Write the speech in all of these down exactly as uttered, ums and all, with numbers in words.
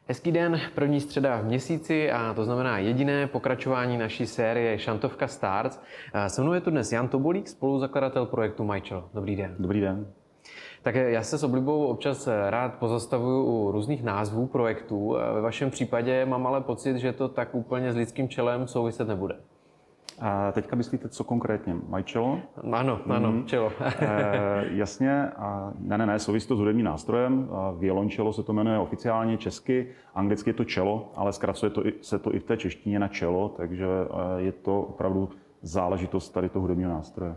Hezký den, první středa v měsíci a to znamená jediné pokračování naší série Šantovka Stars. Se mnou je tu dnes Jan Tobolík, spoluzakladatel projektu MyCello. Dobrý den. Dobrý den. Tak já se s oblibou občas rád pozastavuju u různých názvů projektů. Ve vašem případě mám ale pocit, že to tak úplně s lidským čelem souviset nebude. A teďka myslíte, co konkrétně? MyCello? Ano, ano, mm. čelo. e, jasně, a ne, ne, ne, souvisí to s hudebním nástrojem. Violoncello se to jmenuje oficiálně česky, anglicky je to cello, ale zkracuje to, se to i v té češtině na cello, takže je to opravdu záležitost tady toho hudebního nástroje.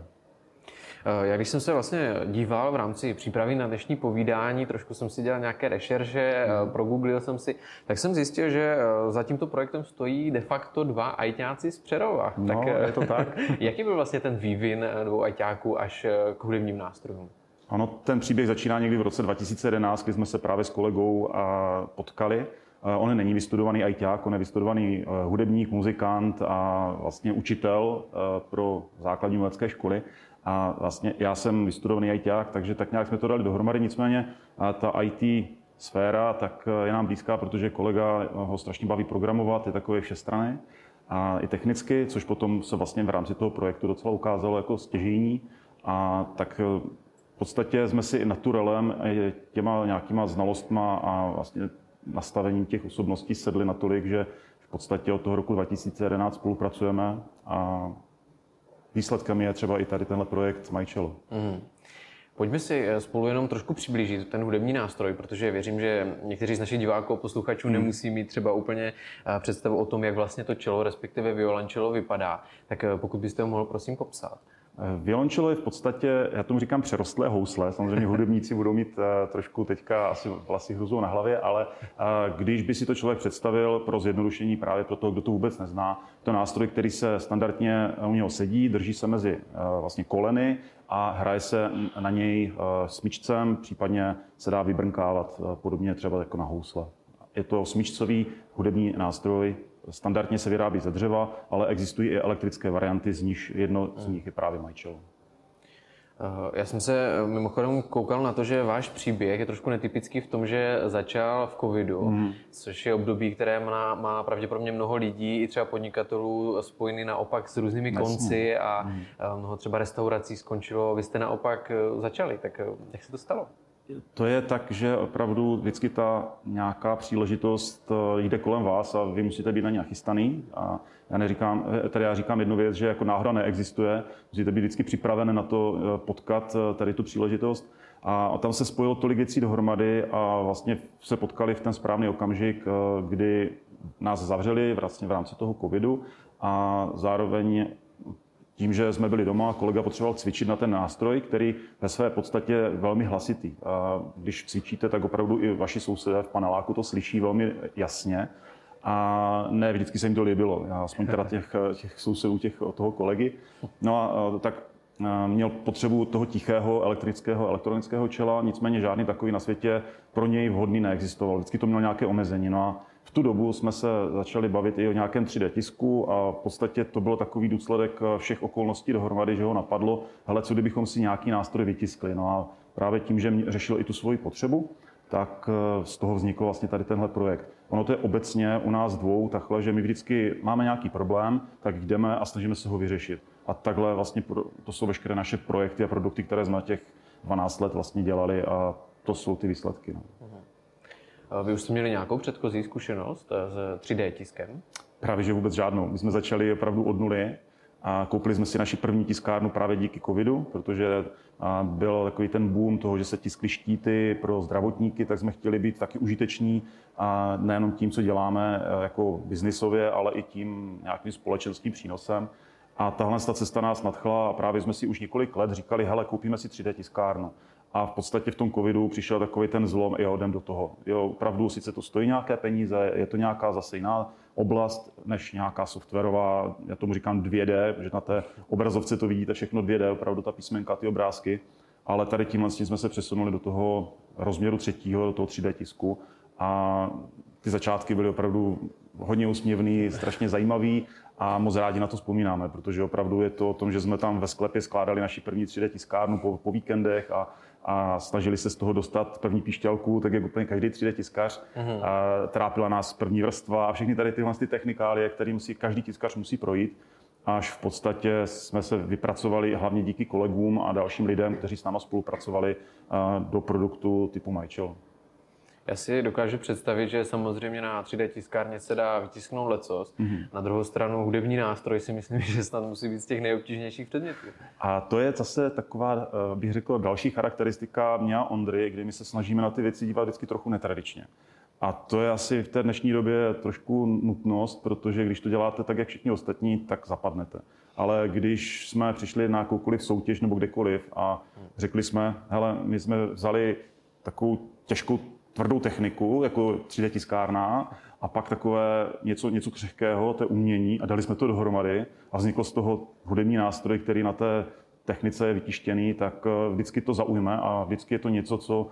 Já když jsem se vlastně díval v rámci přípravy na dnešní povídání, trošku jsem si dělal nějaké rešerše, hmm. progooglil jsem si, tak jsem zjistil, že za tímto projektem stojí de facto dva ajťáci z Přerova. No, tak, je to tak. Jaký byl vlastně ten vývin dvou ajťáků až k hudebním nástrojům? Ano, ten příběh začíná někdy v roce dva tisíce jedenáct, kdy jsme se právě s kolegou potkali. On není vystudovaný ajťák, on je vystudovaný hudebník, muzikant a vlastně učitel pro základní umělecké školy. A vlastně já jsem vystudovaný ajťák, takže tak nějak jsme to dali dohromady. Nicméně ta í té sféra tak je nám blízká, protože kolega ho strašně baví programovat, je takový všestranný a i technicky, což potom se vlastně v rámci toho projektu docela ukázalo jako stěžejní. A tak v podstatě jsme si naturelem těma nějakýma znalostma a vlastně nastavením těch osobností sedli natolik, že v podstatě od toho roku dva tisíce jedenáct spolupracujeme a výsledkem je třeba i tady tenhle projekt MyCello. Mm. Pojďme si spolu jenom trošku přiblížit ten hudební nástroj, protože věřím, že někteří z našich diváků a posluchačů mm. nemusí mít třeba úplně představu o tom, jak vlastně to cello, respektive violoncello vypadá. Tak pokud byste ho mohl prosím popsat. Violoncello je v podstatě, já tomu říkám přerostlé housle, samozřejmě hudebníci budou mít trošku teďka asi vlasy hruzou na hlavě, ale když by si to člověk představil pro zjednodušení právě pro toho, kdo to vůbec nezná, to nástroj, který se standardně u něho sedí, drží se mezi vlastně koleny a hraje se na něj smyčcem, případně se dá vybrnkávat podobně třeba jako na housle. Je to smyčcový hudební nástroj. Standardně se vyrábí ze dřeva, ale existují i elektrické varianty, z nich jedno z nich je právě MyCello. Já jsem se mimochodem koukal na to, že váš příběh je trošku netypický v tom, že začal v covidu, mm. což je období, které má, má pravděpodobně mnoho lidí, i třeba podnikatelů spojený naopak s různými Jasně. konci a mm. mnoho třeba restaurací skončilo. Vy jste naopak začali, tak jak se to stalo? To je tak, že opravdu vždycky ta nějaká příležitost jde kolem vás a vy musíte být na ně nachystaný. A já neříkám, tady já říkám jednu věc, že jako náhoda neexistuje, musíte být vždycky připraven na to potkat tady tu příležitost. A tam se spojilo tolik věcí dohromady a vlastně se potkali v ten správný okamžik, kdy nás zavřeli vlastně v rámci toho covidu a zároveň tím, že jsme byli doma, kolega potřeboval cvičit na ten nástroj, který ve své podstatě je velmi hlasitý. A když cvičíte, tak opravdu i vaši sousedé v paneláku to slyší velmi jasně. A ne vždycky se jim to líbilo, já aspoň teda těch, těch sousedů, těch, toho kolegy. No a tak měl potřebu toho tichého elektrického, elektronického čela, nicméně žádný takový na světě pro něj vhodný neexistoval. Vždycky to mělo nějaké omezení. No a v tu dobu jsme se začali bavit i o nějakém tři dé tisku a v podstatě to bylo takový důsledek všech okolností dohromady, že ho napadlo, hele, co kdybychom si nějaký nástroj vytiskli. No a právě tím, že řešil i tu svoji potřebu, tak z toho vznikl vlastně tady tenhle projekt. Ono to je obecně u nás dvou takhle, že my vždycky máme nějaký problém, tak jdeme a snažíme se ho vyřešit. A takhle vlastně to jsou veškeré naše projekty a produkty, které jsme těch dvanáct let vlastně dělali a to jsou ty výsledky. No. Vy už jste měli nějakou předchozí zkušenost s tři dé tiskem? Právě že vůbec žádnou. My jsme začali opravdu od nuly a koupili jsme si naši první tiskárnu právě díky covidu, protože byl takový ten boom toho, že se tiskly štíty pro zdravotníky, tak jsme chtěli být taky užiteční a nejenom tím, co děláme jako biznisově, ale i tím nějakým společenským přínosem. A tahle ta cesta nás nadchla a právě jsme si už několik let říkali, hele, koupíme si tři dé tiskárnu. A v podstatě v tom covidu přišel takový ten zlom, jo, jdem do toho. Jo, opravdu sice to stojí nějaké peníze, je to nějaká zase jiná oblast než nějaká softwarová, já tomu říkám dvě dé, že na té obrazovce to vidíte všechno dvě dé, opravdu ta písmenka, ty obrázky. Ale tady tímhle jsme se přesunuli do toho rozměru třetího, do toho tři dé tisku a ty začátky byly opravdu hodně úsměvný, strašně zajímavý a moc rádi na to vzpomínáme, protože opravdu je to o tom, že jsme tam ve sklepě skládali naši první tři dé tiskárnu po, po víkendech a a snažili se z toho dostat první píšťalku, tak jak úplně každý tři dé tiskař. Mm-hmm. A trápila nás první vrstva a všechny tady tyhle ty technikálie, které musí, každý tiskař musí projít. Až v podstatě jsme se vypracovali hlavně díky kolegům a dalším lidem, kteří s náma spolupracovali do produktu typu MyCello. Já si dokážu představit, že samozřejmě na tři dé tiskárně se dá vytisknout lecos. Mm-hmm. Na druhou stranu hudební nástroj si myslím, že snad musí být z těch nejobtížnějších předmětů. A to je zase taková, bych řekl, další charakteristika mě a Ondry, kdy my se snažíme na ty věci dívat vždycky trochu netradičně. A to je asi v té dnešní době trošku nutnost, protože když to děláte tak, jak všichni ostatní, tak zapadnete. Ale když jsme přišli na jakoukoliv soutěž nebo kdekoliv a řekli jsme, hele, my jsme vzali takovou těžkou tvrdou techniku, jako tři dé tiskárna, a pak takové něco, něco křehkého, to je umění, a dali jsme to dohromady a vzniklo z toho hudební nástroj, který na té technice je vytištěný, tak vždycky to zaujme a vždycky je to něco, co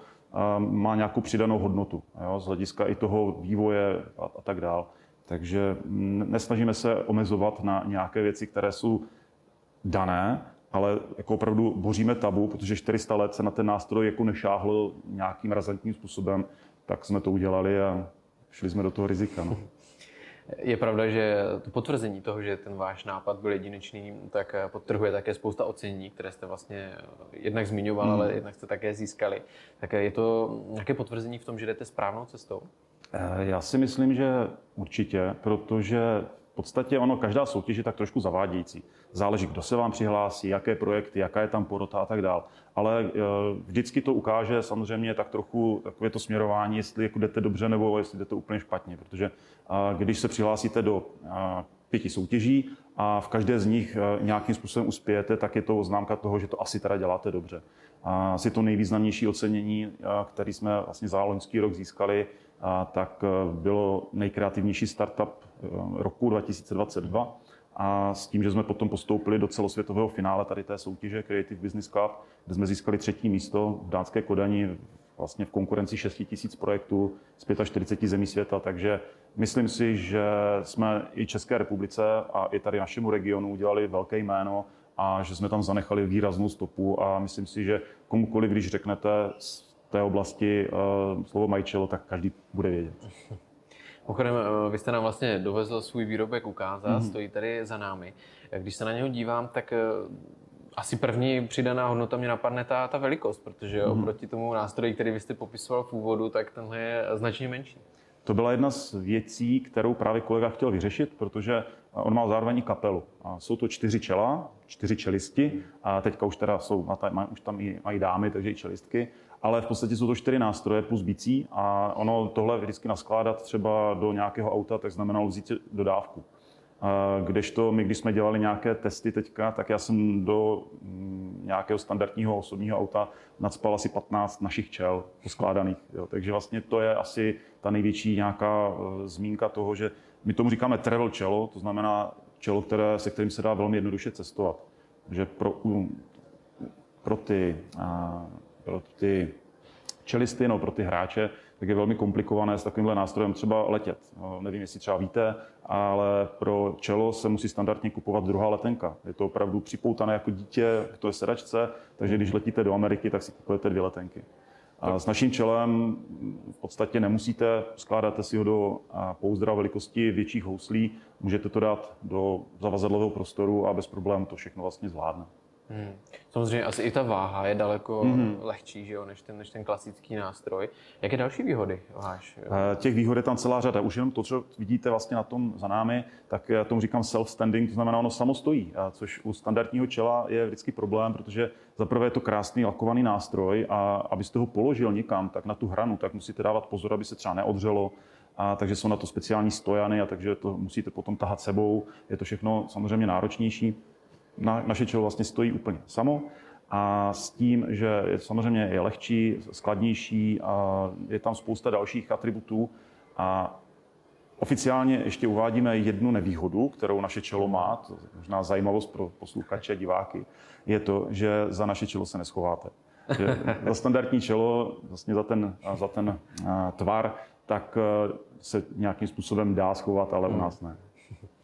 má nějakou přidanou hodnotu, jo, z hlediska i toho vývoje a, a tak dál. Takže nesnažíme se omezovat na nějaké věci, které jsou dané, ale jako opravdu boříme tabu, protože čtyři sta let se na ten nástroj jako nešáhlo nějakým razantním způsobem, tak jsme to udělali a šli jsme do toho rizika. No. Je pravda, že to potvrzení toho, že ten váš nápad byl jedinečný, tak podtrhuje také spousta ocenění, které jste vlastně jednak zmiňoval, hmm. ale jednak jste také získali. Tak je to nějaké potvrzení v tom, že jdete správnou cestou? Já si myslím, že určitě, protože v podstatě ono, každá soutěž je tak trošku zavádějící. Záleží, kdo se vám přihlásí, jaké projekty, jaká je tam porota a tak dál. Ale vždycky to ukáže samozřejmě tak trochu takové to směrování, jestli jako jdete dobře nebo jestli jdete úplně špatně. Protože když se přihlásíte do pěti soutěží a v každé z nich nějakým způsobem uspějete, tak je to známka toho, že to asi teda děláte dobře. A asi to nejvýznamnější ocenění, které jsme vlastně za loňský rok získali, a tak bylo nejkreativnější startup roku dva tisíce dvacet dva a s tím, že jsme potom postoupili do celosvětového finále tady té soutěže Creative Business Cup, kde jsme získali třetí místo v dánské Kodani vlastně v konkurenci šest tisíc projektů z čtyřiceti pěti zemí světa, takže myslím si, že jsme i České republice a i tady našemu regionu udělali velké jméno a že jsme tam zanechali výraznou stopu a myslím si, že komukoliv, když řeknete v té oblasti uh, slovo MyCello, tak každý bude vědět. Mimochodem, vy jste nám vlastně dovezl svůj výrobek ukázat, mm-hmm. stojí tady za námi. Když se na něho dívám, tak uh, asi první přidaná hodnota mě napadne ta, ta velikost, protože mm-hmm. oproti tomu nástroji, který vy jste popisoval v úvodu, tak tenhle je značně menší. To byla jedna z věcí, kterou právě kolega chtěl vyřešit, protože on má zároveň kapelu. A jsou to čtyři čela, čtyři čelisti a teďka už teda jsou, už tam i mají dámy, takže i čelistky. Ale v podstatě jsou to čtyři nástroje plus bicí a ono tohle vždycky naskládat třeba do nějakého auta, tak znamenalo vzít dodávku. Kdežto my, když jsme dělali nějaké testy teďka, tak já jsem do nějakého standardního osobního auta nacpal asi patnáct našich čel poskládaných. Jo. Takže vlastně to je asi ta největší nějaká zmínka toho, že my tomu říkáme travel čelo, to znamená čelo, které, se kterým se dá velmi jednoduše cestovat. Takže pro, pro ty... pro ty čelisty, no, pro ty hráče, tak je velmi komplikované s takovýmhle nástrojem třeba letět. No, nevím, jestli třeba víte, ale pro čelo se musí standardně kupovat druhá letenka. Je to opravdu připoutané jako dítě k té sedačce, takže když letíte do Ameriky, tak si kupujete dvě letenky. A s naším čelem v podstatě nemusíte, skládáte si ho do pouzdra velikosti větších houslí, můžete to dát do zavazadlového prostoru a bez problémů to všechno vlastně zvládne. Hmm. Samozřejmě asi i ta váha je daleko hmm. lehčí, že jo, než, ten, než ten klasický nástroj. Jaké další výhody máš? Těch výhod je tam celá řada. Už jenom to, co vidíte vlastně na tom za námi, tak já tomu říkám self-standing, to znamená, ono samo stojí, což u standardního čela je vždycky problém, protože zaprvé je to krásný lakovaný nástroj a abyste ho položil někam, tak na tu hranu, tak musíte dávat pozor, aby se třeba neodřelo. A takže jsou na to speciální stojany a takže to musíte potom tahat sebou. Je to všechno samozřejmě náročnější. Na, naše čelo vlastně stojí úplně samo a s tím, že je, samozřejmě je lehčí, skladnější a je tam spousta dalších atributů a oficiálně ještě uvádíme jednu nevýhodu, kterou naše čelo má, to je možná zajímavost pro posluchače, diváky, je to, že za naše čelo se neschováte. Že za standardní čelo, vlastně za ten, za ten tvar, tak se nějakým způsobem dá schovat, ale u nás ne.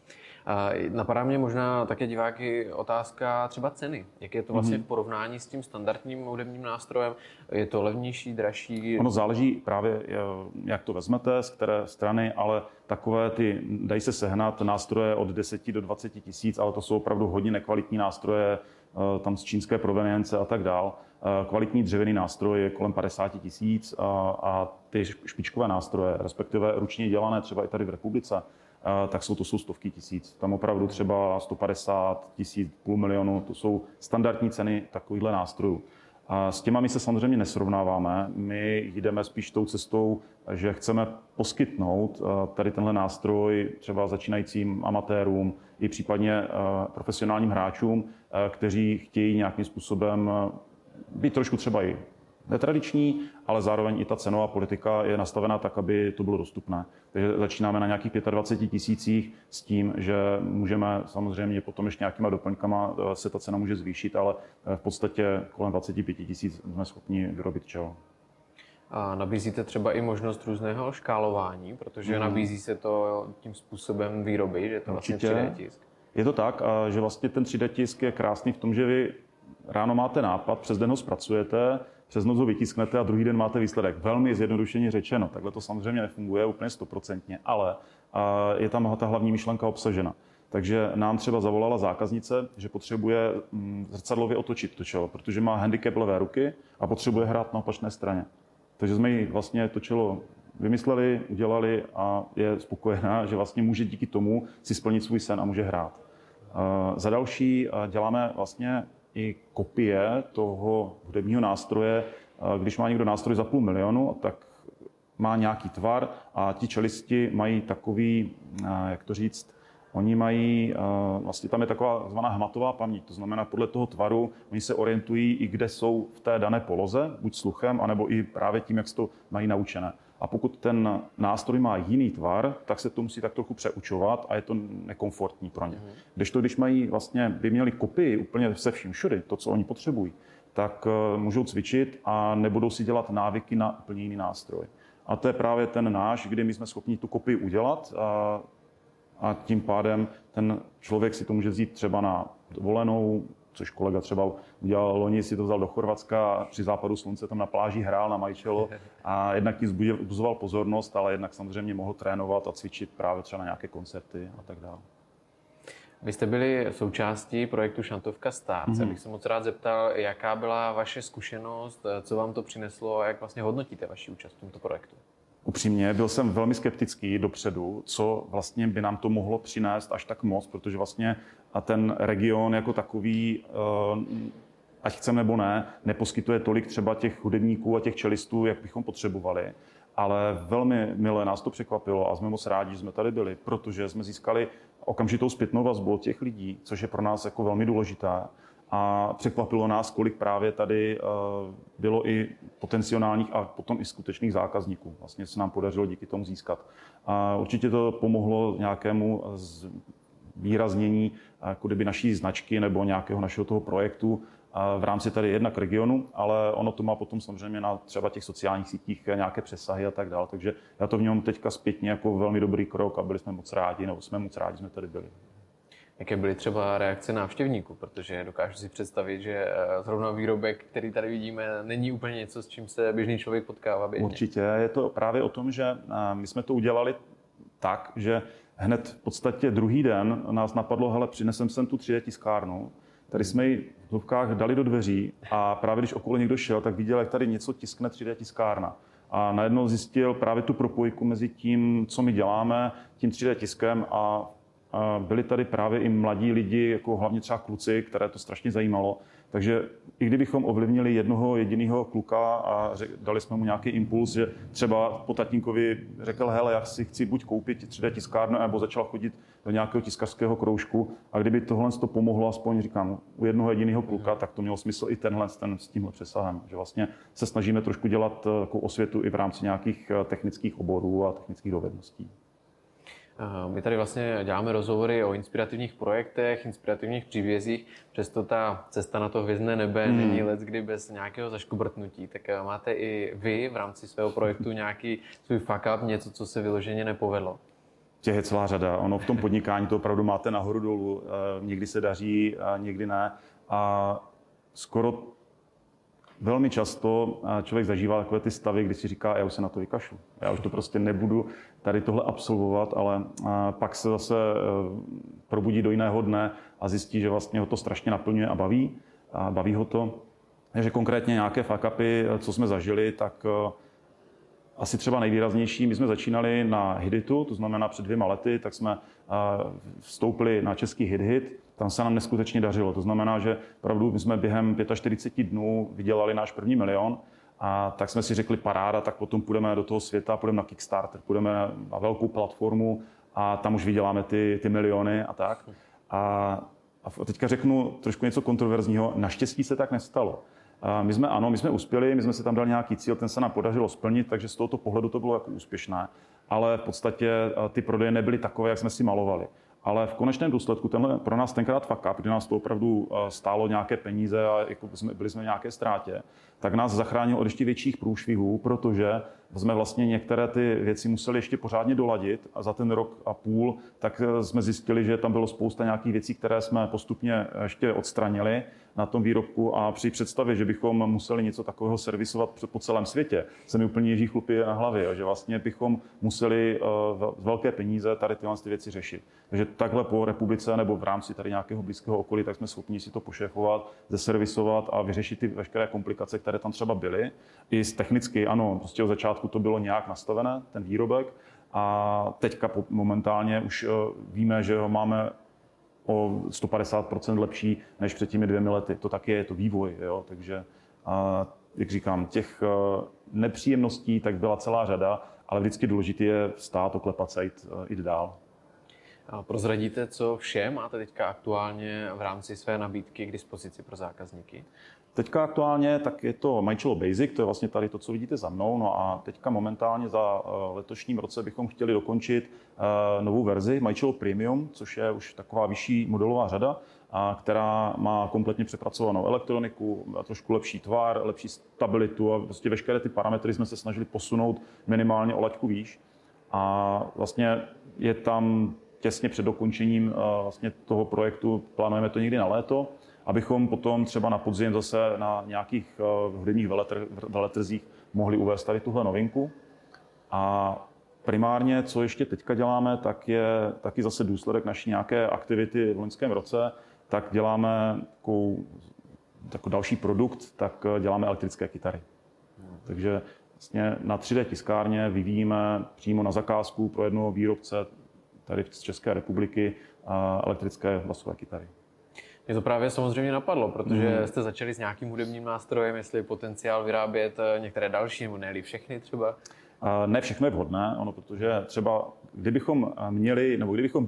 Napadá mě možná také diváky otázka třeba ceny. Jak je to vlastně v porovnání s tím standardním hudebním nástrojem? Je to levnější, dražší? Ono záleží právě, jak to vezmete, z které strany, ale takové ty, dají se sehnat nástroje od deseti do dvaceti tisíc, ale to jsou opravdu hodně nekvalitní nástroje, tam z čínské provenience a tak dál. Kvalitní dřevěný nástroj je kolem padesát tisíc a, a ty špičkové nástroje, respektive ručně dělané třeba i tady v republice, tak jsou to jsou stovky tisíc. Tam opravdu třeba sto padesát tisíc, půl milionu, to jsou standardní ceny takovýchhle nástrojů. A s těma my se samozřejmě nesrovnáváme. My jdeme spíš tou cestou, že chceme poskytnout tady tenhle nástroj třeba začínajícím amatérům i případně profesionálním hráčům, kteří chtějí nějakým způsobem být trošku třeba i netradiční, ale zároveň i ta cenová politika je nastavená tak, aby to bylo dostupné. Takže začínáme na nějakých dvaceti pěti tisících s tím, že můžeme samozřejmě potom ještě nějakýma doplňkama se ta cena může zvýšit, ale v podstatě kolem dvaceti pěti tisíc jsme schopni vyrobit čelo. A nabízíte třeba i možnost různého škálování, protože hmm. nabízí se to tím způsobem výroby, že je to vlastně tři dé tisk. Je to tak, že vlastně ten tři dé tisk je krásný v tom, že vy ráno máte nápad, přes den ho zpracujete, přes noc ho vytisknete a druhý den máte výsledek. Velmi zjednodušeně řečeno. Takhle to samozřejmě nefunguje úplně stoprocentně, ale je tam ta hlavní myšlenka obsažena. Takže nám třeba zavolala zákaznice, že potřebuje zrcadlově otočit to čelo, protože má handicap levé ruky a potřebuje hrát na opačné straně. Takže jsme jí vlastně to čelo vymysleli, udělali a je spokojená, že vlastně může díky tomu si splnit svůj sen a může hrát. Za další děláme vlastně i kopie toho hudebního nástroje. Když má někdo nástroj za půl milionu, tak má nějaký tvar a ti čelisti mají takový, jak to říct, oni mají, vlastně tam je taková zvaná hmatová paměť, to znamená podle toho tvaru, oni se orientují i kde jsou v té dané poloze, buď sluchem, anebo i právě tím, jak se to mají naučené. A pokud ten nástroj má jiný tvar, tak se to musí tak trochu přeučovat a je to nekomfortní pro ně. Když to, když mají vlastně, by měli kopii úplně se vším všudy, to, co oni potřebují, tak můžou cvičit a nebudou si dělat návyky na úplně jiný nástroj. A to je právě ten náš, kdy my jsme schopni tu kopii udělat a, a tím pádem ten člověk si to může vzít třeba na dovolenou, což kolega třeba udělal loni, si to vzal do Chorvatska a při západu slunce tam na pláži hrál na majčelo a jednak ti vzbuzoval pozornost, ale jednak samozřejmě mohl trénovat a cvičit právě třeba na nějaké koncerty a tak dále. Vy jste byli součástí projektu Šantovka Stars. Mm-hmm. Bych se moc rád zeptal, jaká byla vaše zkušenost, co vám to přineslo a jak vlastně hodnotíte vaši účast v tomto projektu? Upřímně, byl jsem velmi skeptický dopředu, co vlastně by nám to mohlo přinést až tak moc, protože vlastně ten region jako takový, ať chceme nebo ne, neposkytuje tolik třeba těch hudebníků a těch čelistů, jak bychom potřebovali. Ale velmi milé nás to překvapilo a jsme moc rádi, že jsme tady byli, protože jsme získali okamžitou zpětnou vazbu od těch lidí, což je pro nás jako velmi důležité. A překvapilo nás, kolik právě tady bylo i potenciálních a potom i skutečných zákazníků. Vlastně se nám podařilo díky tomu získat. A určitě to pomohlo nějakému výraznění jako kdyby naší značky nebo nějakého našeho toho projektu v rámci tady jednak regionu, ale ono to má potom samozřejmě na třeba těch sociálních sítích nějaké přesahy a tak dále. Takže já to vnímám teďka zpětně jako velmi dobrý krok a byli jsme moc rádi, nebo jsme moc rádi, že jsme tady byli. Jaké byly třeba reakce návštěvníků, protože dokážu si představit, že zrovna výrobek, který tady vidíme, není úplně něco, s čím se běžný člověk potkává běžně. Určitě, je to právě o tom, že my jsme to udělali tak, že hned v podstatě druhý den nás napadlo, hele, přinesem sem tu tři dé tiskárnu. Tady jsme ji v dovkách dali do dveří a právě když okolo někdo šel, tak viděl, jak tady něco tiskne tři dé tiskárna. A najednou zjistil právě tu propojku mezi tím, co my děláme, tím tři dé tiskem a byli tady právě i mladí lidi, jako hlavně třeba kluci, které to strašně zajímalo. Takže i kdybychom ovlivnili jednoho jediného kluka a řek, dali jsme mu nějaký impuls, že třeba po tatínkovi řekl, hele, já si chci buď koupit tři dé tiskárnu, nebo začal chodit do nějakého tiskařského kroužku. A kdyby tohle to pomohlo, aspoň říkám, u jednoho jediného kluka, tak to mělo smysl i tenhle ten, s tímhle přesahem. Že vlastně se snažíme trošku dělat takovou osvětu i v rámci nějakých technických oborů a technických dovedností. My tady vlastně děláme rozhovory o inspirativních projektech, inspirativních příbězích, přesto ta cesta na to hvězdné nebe hmm. není leckdy bez nějakého zaškobrtnutí. Tak máte i vy v rámci svého projektu nějaký svůj fuck up, něco, co se vyloženě nepovedlo? Těch je celá řada. Ono v tom podnikání to opravdu máte nahoru dolů. Někdy se daří, někdy ne. A skoro velmi často člověk zažívá takové ty stavy, kdy si říká, já už se na to vykašlu. Já už to prostě nebudu tady tohle absolvovat, ale pak se zase probudí do jiného dne a zjistí, že vlastně ho to strašně naplňuje a baví. A baví ho to. Takže konkrétně nějaké fuck-upy, co jsme zažili, tak asi třeba nejvýraznější, my jsme začínali na Hiditu, to znamená před dvěma lety, tak jsme vstoupili na český Hit-Hit, tam se nám neskutečně dařilo. To znamená, že opravdu my jsme během čtyřicet pět dnů vydělali náš první milion a tak jsme si řekli paráda, tak potom půjdeme do toho světa, půjdeme na Kickstarter, půjdeme na velkou platformu a tam už vyděláme ty, ty miliony a tak. A, a teďka řeknu trošku něco kontroverzního, naštěstí se tak nestalo. My jsme, ano, my jsme uspěli, my jsme si tam dali nějaký cíl, ten se nám podařilo splnit, takže z tohoto pohledu to bylo jako úspěšné, ale v podstatě ty prodeje nebyly takové, jak jsme si malovali. Ale v konečném důsledku tenhle pro nás tenkrát fuck up, kdy nás to opravdu stálo nějaké peníze a jako jsme, byli jsme v nějaké ztrátě, tak nás zachránil od ještě větších průšvihů, protože jsme vlastně některé ty věci museli ještě pořádně doladit a za ten rok a půl tak jsme zjistili, že tam bylo spousta nějakých věcí, které jsme postupně ještě odstranili na tom výrobku a při představě, že bychom museli něco takového servisovat po celém světě, se mi úplně ježí chlupy na hlavě, že vlastně bychom museli velké peníze tady tyhle ty věci řešit. Takže takhle po republice nebo v rámci tady nějakého blízkého okolí, tak jsme schopni si to pošéfovat, zeservisovat a vyřešit ty veškeré komplikace, které tam třeba byly. I technicky, ano, prostě od začátku to bylo nějak nastavené, ten výrobek, a teďka momentálně už víme, že ho máme o sto padesát procent lepší než před těmi dvěmi lety. To taky je to vývoj, jo? Takže a, jak říkám, těch nepříjemností tak byla celá řada, ale vždycky důležité je vstát, oklepat se a jít, jít dál. A prozradíte, co vše máte teďka aktuálně v rámci své nabídky k dispozici pro zákazníky? Teďka aktuálně tak je to MyCello Basic, to je vlastně tady to, co vidíte za mnou. No a teďka momentálně za letošním roce bychom chtěli dokončit novou verzi MyCello Premium, což je už taková vyšší modelová řada, a která má kompletně přepracovanou elektroniku, trošku lepší tvar, lepší stabilitu a prostě veškeré ty parametry jsme se snažili posunout minimálně o laťku výš. A vlastně je tam těsně před dokončením vlastně toho projektu, plánujeme to někdy na léto, abychom potom třeba na podzim zase na nějakých hudebních veletr, veletrzích mohli uvést tady tuhle novinku. A primárně, co ještě teďka děláme, tak je taky zase důsledek naší nějaké aktivity v loňském roce, tak děláme takovou, takový další produkt, tak děláme elektrické kytary. Hmm. Takže vlastně na tři dé tiskárně vyvíjíme přímo na zakázku pro jednoho výrobce tady z České republiky elektrické basové kytary. Mě to právě samozřejmě napadlo, protože mm. jste začali s nějakým hudebním nástrojem, jestli je potenciál vyrábět některé další, nebo ne všechny třeba? Ne všechno je vhodné, ono, protože třeba kdybychom měli, nebo kdybychom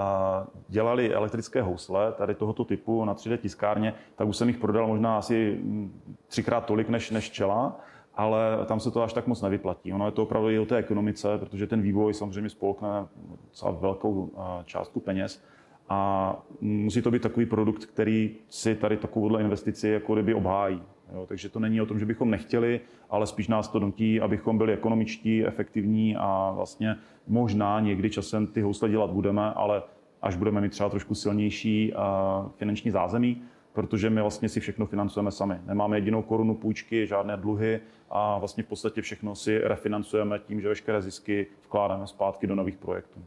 dělali elektrické housle tady tohoto typu na tři dé tiskárně, tak už jsem jich prodal možná asi třikrát tolik než, než čela, ale tam se to až tak moc nevyplatí. Ono je to opravdu i o té ekonomice, protože ten vývoj samozřejmě spolkne docela velkou částku peněz. A musí to být takový produkt, který si tady takovouhle investici jako kdyby obhájí. Jo, takže to není o tom, že bychom nechtěli, ale spíš nás to nutí, abychom byli ekonomičtí, efektivní a vlastně možná někdy časem ty housle dělat budeme, ale až budeme mít třeba trošku silnější finanční zázemí, protože my vlastně si všechno financujeme sami. Nemáme jedinou korunu půjčky, žádné dluhy a vlastně v podstatě všechno si refinancujeme tím, že veškeré zisky vkládáme zpátky do nových projektů.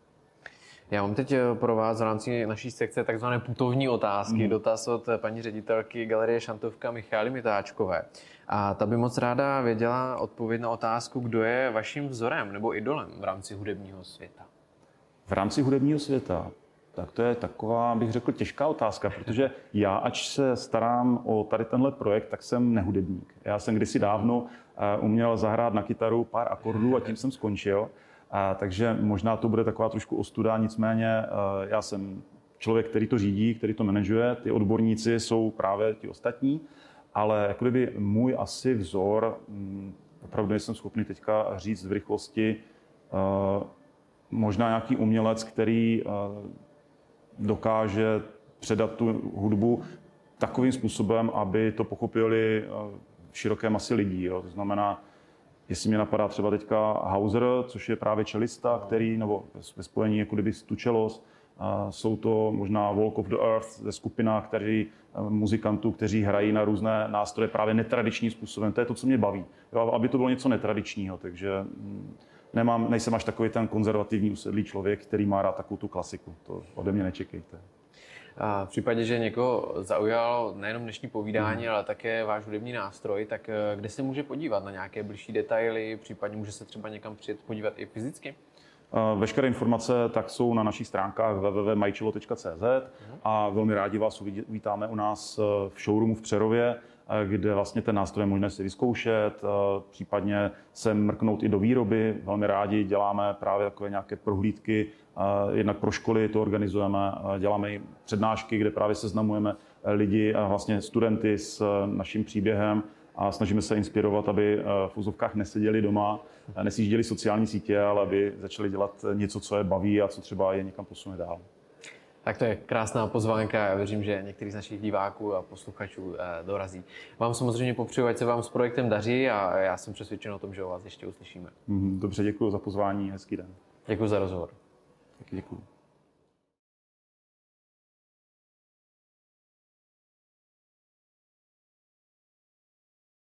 Já mám teď pro vás v rámci naší sekce takzvané putovní otázky, mm. dotaz od paní ředitelky Galerie Šantovka Michály Mitáčkové. A ta by moc ráda věděla odpověď na otázku, kdo je vaším vzorem nebo idolem v rámci hudebního světa. V rámci hudebního světa? Tak to je taková, bych řekl, těžká otázka, protože já, ač se starám o tady tenhle projekt, tak jsem nehudebník. Já jsem kdysi dávno uměl zahrát na kytaru pár akordů a tím jsem skončil. A takže možná to bude taková trošku ostuda, nicméně já jsem člověk, který to řídí, který to manažuje, ty odborníci jsou právě ti ostatní, ale jako kdyby můj asi vzor, opravdu nejsem schopný teďka říct v rychlosti, možná nějaký umělec, který dokáže předat tu hudbu takovým způsobem, aby to pochopili široké masy lidí. Jo. To znamená, jestli mě napadá třeba teďka Hauser, což je právě čelista, který, nebo ve spojení jako kdyby s Tučelos, jsou to možná Walk of the Earth ze skupina, kteří, muzikantů, kteří hrají na různé nástroje právě netradičním způsobem. To je to, co mě baví, jo, aby to bylo něco netradičního, takže nemám, nejsem až takový ten konzervativní usedlý člověk, který má rád takovou tu klasiku. To ode mě nečekejte. A v případě, že někoho zaujalo nejenom dnešní povídání, hmm. ale také váš hudební nástroj, tak kde se může podívat na nějaké bližší detaily, případně může se třeba někam přijet podívat i fyzicky? Veškeré informace tak jsou na našich stránkách w w w tečka majčelo tečka c z a velmi rádi vás uvítáme u nás v showroomu v Přerově, kde vlastně ten nástroj je možné si vyzkoušet, případně se mrknout i do výroby. Velmi rádi děláme právě takové nějaké prohlídky, jednak pro školy to organizujeme, děláme i přednášky, kde právě seznamujeme lidi a vlastně studenty s naším příběhem a snažíme se inspirovat, aby v úzovkách neseděli doma, nesjížděli sociální sítě, ale aby začali dělat něco, co je baví a co třeba je někam posune dál. Tak to je krásná pozvánka. Já věřím, že některý z našich diváků a posluchačů dorazí. Vám samozřejmě popřeju, ať se vám s projektem daří a já jsem přesvědčen o tom, že o vás ještě uslyšíme. Dobře, děkuji za pozvání, hezký den. Děkuji za rozhovor. Taky děkuji.